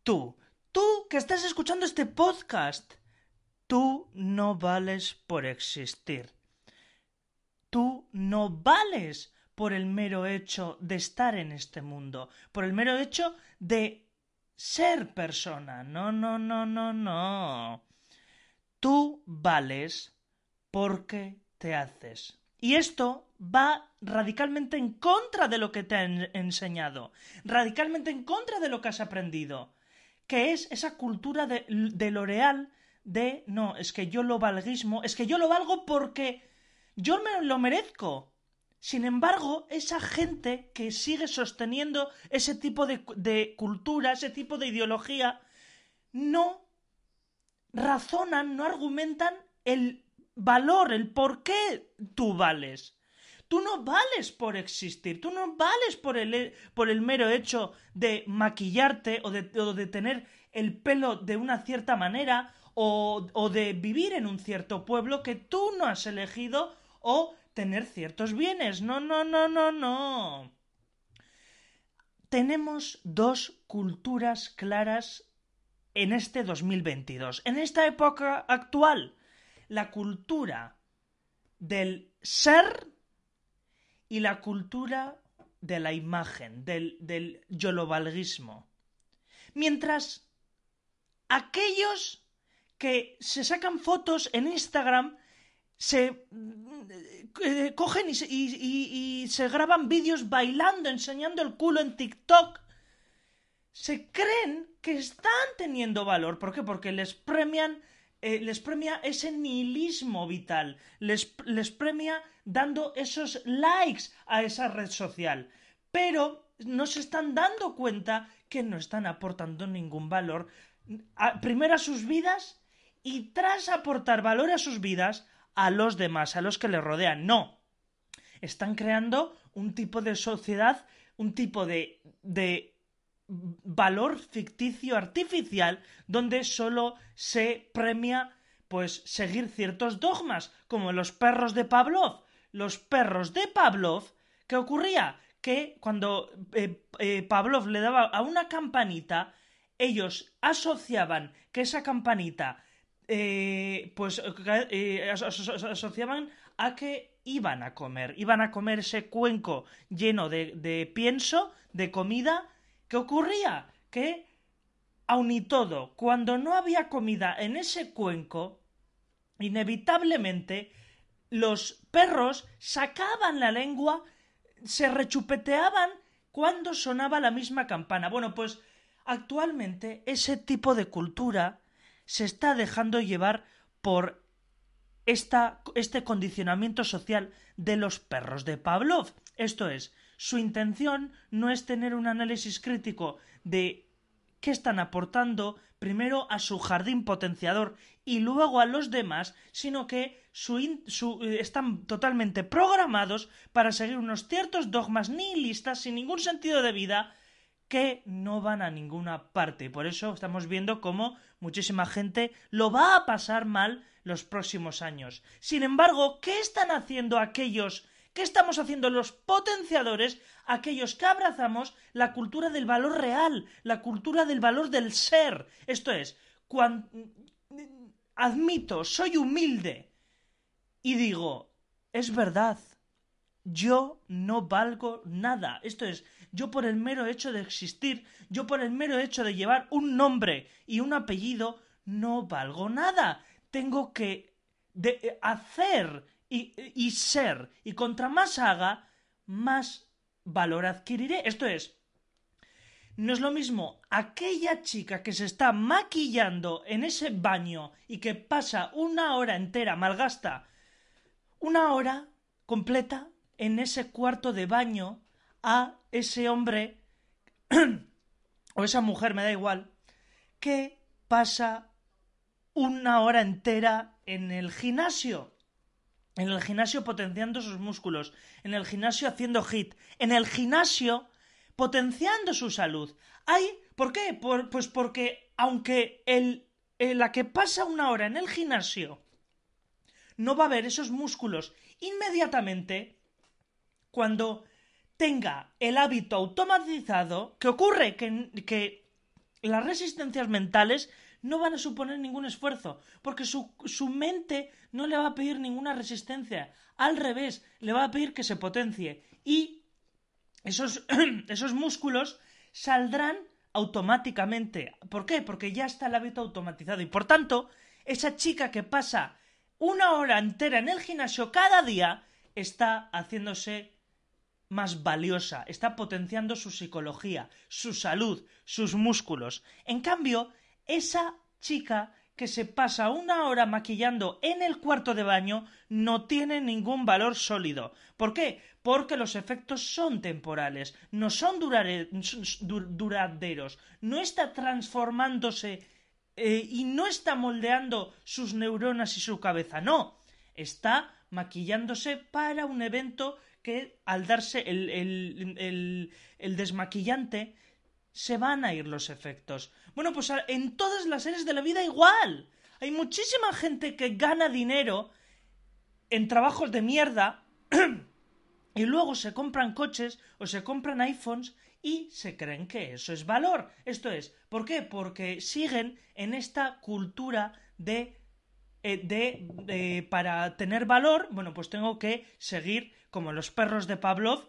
Tú que estás escuchando este podcast, tú no vales por existir. Tú no vales por el mero hecho de estar en este mundo, por el mero hecho de ser persona. No, no, no, no, no. Tú vales porque te haces. Y esto va radicalmente en contra de lo que te han enseñado, radicalmente en contra de lo que has aprendido, que es esa cultura de lo real, de no, es que yo lo valguismo, es que yo lo valgo porque yo me lo merezco. Sin embargo, esa gente que sigue sosteniendo ese tipo de cultura, ese tipo de ideología, no razonan, no argumentan el valor, el por qué tú vales. Tú no vales por existir, tú no vales por el mero hecho de maquillarte o de tener el pelo de una cierta manera o de vivir en un cierto pueblo que tú no has elegido o tener ciertos bienes. No, no, no, no, no. Tenemos dos culturas claras en este 2022, en esta época actual. La cultura del ser y la cultura de la imagen, del yolovalguismo. Mientras aquellos que se sacan fotos en Instagram se cogen y se graban vídeos bailando, enseñando el culo en TikTok, se creen que están teniendo valor. ¿Por qué? Porque les premia ese nihilismo vital, les premia dando esos likes a esa red social, pero no se están dando cuenta que no están aportando ningún valor primero a sus vidas y tras aportar valor a sus vidas a los demás, a los que les rodean. No, están creando un tipo de sociedad, un tipo de valor ficticio artificial donde solo se premia pues seguir ciertos dogmas, como los perros de Pavlov. Los perros de Pavlov, ¿qué ocurría? Que cuando Pavlov le daba a una campanita, ellos asociaban que esa campanita asociaban a que iban a comer ese cuenco lleno de pienso, de comida. ¿Qué ocurría? Que, aun y todo, cuando no había comida en ese cuenco, inevitablemente los perros sacaban la lengua, se rechupeteaban cuando sonaba la misma campana. Bueno, pues actualmente ese tipo de cultura se está dejando llevar por este condicionamiento social de los perros de Pavlov. Esto es, su intención no es tener un análisis crítico de qué están aportando primero a su jardín potenciador y luego a los demás, sino que están totalmente programados para seguir unos ciertos dogmas nihilistas sin ningún sentido de vida que no van a ninguna parte. Y por eso estamos viendo cómo muchísima gente lo va a pasar mal los próximos años. Sin embargo, ¿qué están haciendo aquellos? ¿Qué estamos haciendo los potenciadores? Aquellos que abrazamos la cultura del valor real, la cultura del valor del ser. Esto es, cuando admito, soy humilde y digo, es verdad, yo no valgo nada. Esto es, yo por el mero hecho de existir, yo por el mero hecho de llevar un nombre y un apellido, no valgo nada. Tengo que hacer y ser. Y contra más haga, más valor adquiriré. Esto es, no es lo mismo aquella chica que se está maquillando en ese baño y que pasa una hora entera, malgasta una hora completa en ese cuarto de baño, a ese hombre o esa mujer, me da igual, que pasa una hora entera en el gimnasio potenciando sus músculos, en el gimnasio haciendo hit, en el gimnasio potenciando su salud. ¿Por qué? Pues porque aunque la que pasa una hora en el gimnasio no va a ver esos músculos inmediatamente, cuando tenga el hábito automatizado, ¿qué ocurre? Que las resistencias mentales no van a suponer ningún esfuerzo, porque su mente no le va a pedir ninguna resistencia. Al revés, le va a pedir que se potencie. Y esos músculos saldrán automáticamente. ¿Por qué? Porque ya está el hábito automatizado. Y por tanto, esa chica que pasa 1 hora entera en el gimnasio cada día está haciéndose más valiosa, está potenciando su psicología, su salud, sus músculos. En cambio, esa chica que se pasa 1 hora maquillando en el cuarto de baño no tiene ningún valor sólido. ¿Por qué? Porque los efectos son temporales, no son duraderos, no está transformándose y no está moldeando sus neuronas y su cabeza, no, está maquillándose para un evento que al darse el desmaquillante se van a ir los efectos. Bueno, pues en todas las áreas de la vida igual. Hay muchísima gente que gana dinero en trabajos de mierda y luego se compran coches o se compran iPhones y se creen que eso es valor. Esto es, ¿por qué? Porque siguen en esta cultura para tener valor, bueno, pues tengo que seguir, como los perros de Pavlov,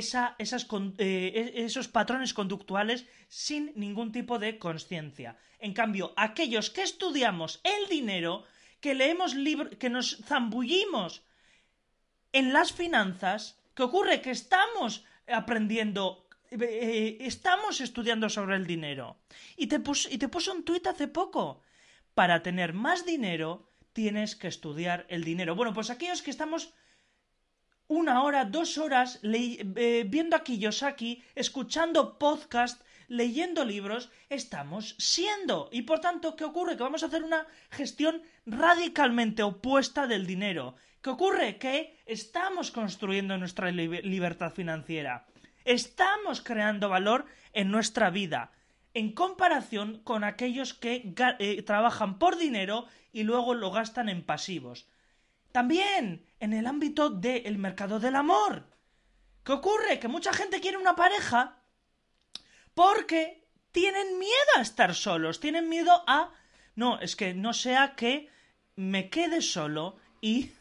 esos patrones conductuales sin ningún tipo de conciencia. En cambio, aquellos que estudiamos el dinero, que leemos libros, que nos zambullimos en las finanzas, ¿qué ocurre? Que estamos aprendiendo, estamos estudiando sobre el dinero. Y te puso un tuit hace poco. Para tener más dinero tienes que estudiar el dinero. Bueno, pues aquellos que estamos 1 hora, 2 horas viendo a Kiyosaki, escuchando podcast, leyendo libros, estamos siendo. Y por tanto, ¿qué ocurre? Que vamos a hacer una gestión radicalmente opuesta del dinero. ¿Qué ocurre? Que estamos construyendo nuestra libertad financiera. Estamos creando valor en nuestra vida, en comparación con aquellos que trabajan por dinero y luego lo gastan en pasivos. También en el ámbito del mercado del amor. ¿Qué ocurre? Que mucha gente quiere una pareja porque tienen miedo a estar solos, tienen miedo a... No, es que no sea que me quede solo y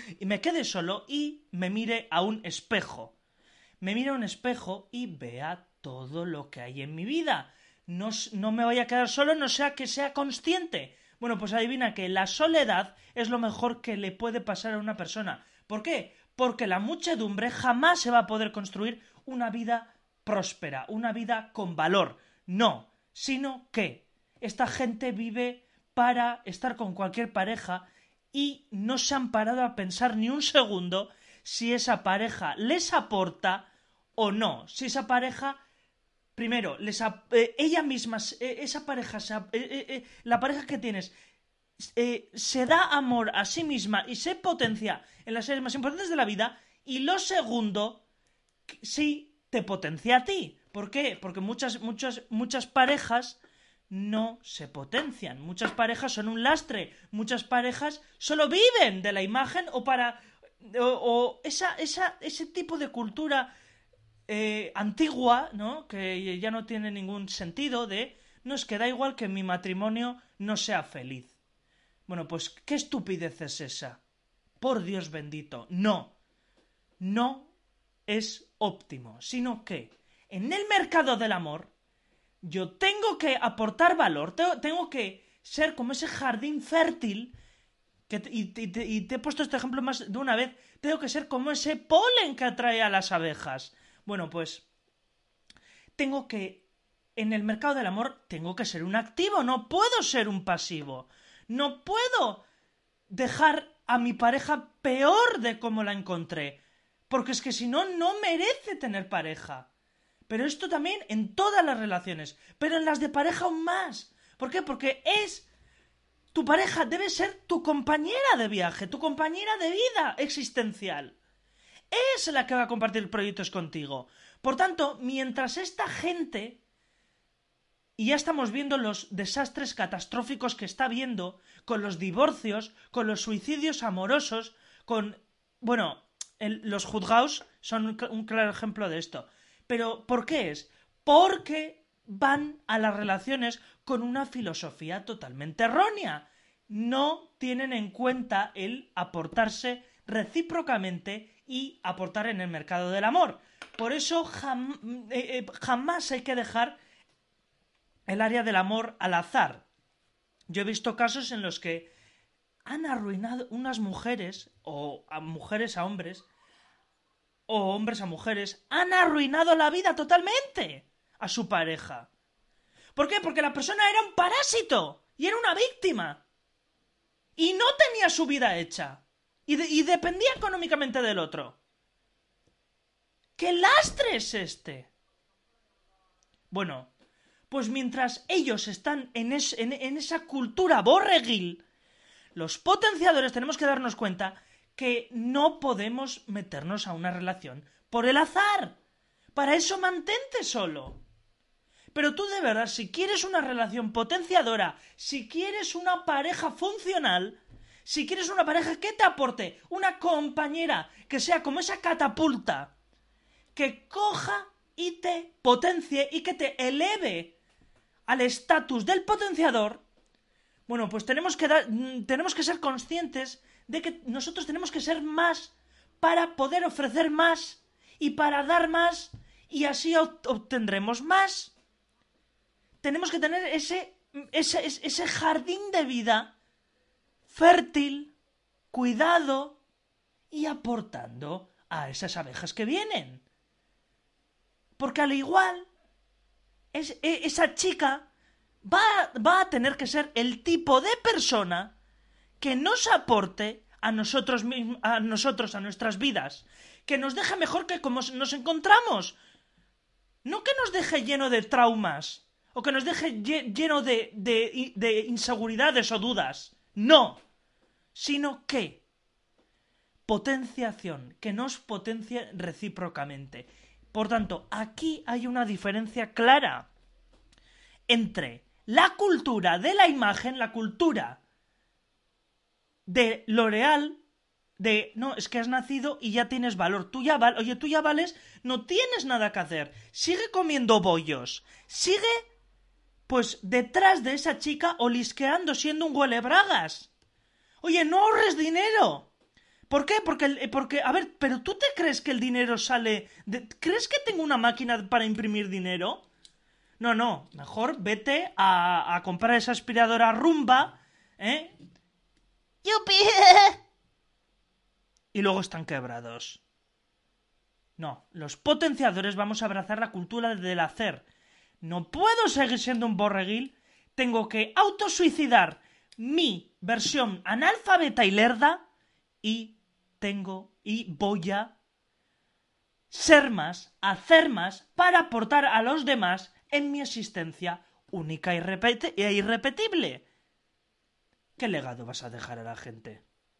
me mire a un espejo. Me mire a un espejo y vea todo lo que hay en mi vida. No me vaya a quedar solo, no sea que sea consciente. Bueno, pues adivina que la soledad es lo mejor que le puede pasar a una persona. ¿Por qué? Porque la muchedumbre jamás se va a poder construir una vida próspera, una vida con valor. No, sino que esta gente vive para estar con cualquier pareja y no se han parado a pensar ni un segundo si esa pareja les aporta o no. Si esa pareja... Primero, ella misma, esa pareja, la pareja que tienes, se da amor a sí misma y se potencia en las áreas más importantes de la vida. Y lo segundo, sí te potencia a ti. ¿Por qué? Porque muchas parejas no se potencian. Muchas parejas son un lastre. Muchas parejas solo viven de la imagen o ese tipo de cultura antigua, ¿no? Que ya no tiene ningún sentido no, es que da igual que mi matrimonio no sea feliz. Bueno, pues qué estupidez es esa. Por Dios bendito, no es óptimo, sino que en el mercado del amor yo tengo que aportar valor, tengo que ser como ese jardín fértil y te he puesto este ejemplo más de una vez, tengo que ser como ese polen que atrae a las abejas. Bueno, pues en el mercado del amor tengo que ser un activo, no puedo ser un pasivo. No puedo dejar a mi pareja peor de como la encontré, porque es que si no, no merece tener pareja. Pero esto también en todas las relaciones, pero en las de pareja aún más. ¿Por qué? Porque tu pareja debe ser tu compañera de viaje, tu compañera de vida existencial. Es la que va a compartir proyectos contigo. Por tanto, mientras esta gente, y ya estamos viendo los desastres catastróficos que está habiendo, con los divorcios, con los suicidios amorosos, los juzgados son un claro ejemplo de esto. Pero, ¿por qué es? Porque van a las relaciones con una filosofía totalmente errónea. No tienen en cuenta el aportarse recíprocamente y aportar en el mercado del amor. Por eso jamás hay que dejar el área del amor al azar. Yo he visto casos en los que han arruinado unas mujeres, o a mujeres a hombres, o hombres a mujeres, han arruinado la vida totalmente a su pareja. ¿Por qué? Porque la persona era un parásito y era una víctima. Y no tenía su vida hecha. Y dependía económicamente del otro. ¡Qué lastre es este! Bueno, pues mientras ellos están en esa cultura borreguil, los potenciadores tenemos que darnos cuenta que no podemos meternos a una relación por el azar. Para eso mantente solo. Pero tú de verdad, si quieres una relación potenciadora, si quieres una pareja funcional, si quieres una pareja que te aporte, una compañera que sea como esa catapulta, que coja y te potencie y que te eleve al estatus del potenciador, bueno, pues tenemos que ser conscientes de que nosotros tenemos que ser más para poder ofrecer más y para dar más y así obtendremos más. Tenemos que tener ese jardín de vida fértil, cuidado y aportando a esas abejas que vienen. Porque al igual, esa chica va a tener que ser el tipo de persona que nos aporte a nosotros, a nuestras vidas, que nos deje mejor que como nos encontramos, no que nos deje lleno de traumas, o que nos deje lleno de inseguridades o dudas, no, sino que potenciación, que nos potencie recíprocamente. Por tanto, aquí hay una diferencia clara entre la cultura de la imagen, la cultura de L'Oreal, de no, es que has nacido y ya tienes valor, tú ya vales, no tienes nada que hacer, sigue comiendo bollos, sigue pues detrás de esa chica olisqueando siendo un huelebragas. Oye, no ahorres dinero. ¿Por qué? Porque, a ver, ¿pero tú te crees que el dinero sale ¿Crees que tengo una máquina para imprimir dinero? No, mejor vete a comprar esa aspiradora Rumba, ¿eh? ¡Yupi! Y luego están quebrados. No, los potenciadores vamos a abrazar la cultura del hacer. No puedo seguir siendo un borreguil, tengo que autosuicidar mi versión analfabeta y lerda y voy a ser más, hacer más para aportar a los demás en mi existencia única e irrepetible. ¿Qué legado vas a dejar a la gente?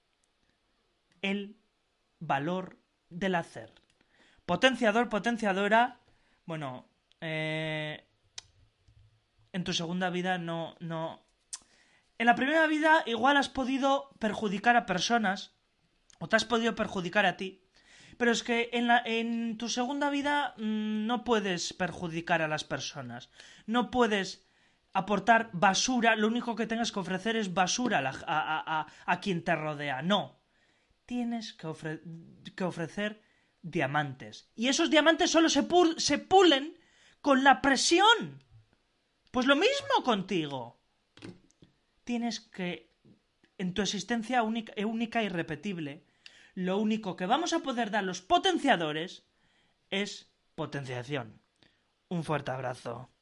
El valor del hacer. Potenciador, potenciadora, bueno, en tu segunda vida no. En la primera vida igual has podido perjudicar a personas, o te has podido perjudicar a ti, pero es que en tu segunda vida no puedes perjudicar a las personas, no puedes aportar basura, lo único que tengas que ofrecer es basura a quien te rodea, no. Tienes que ofrecer diamantes, y esos diamantes solo se pulen con la presión. Pues lo mismo contigo. Tienes que, en tu existencia única e irrepetible, lo único que vamos a poder dar los potenciadores es potenciación. Un fuerte abrazo.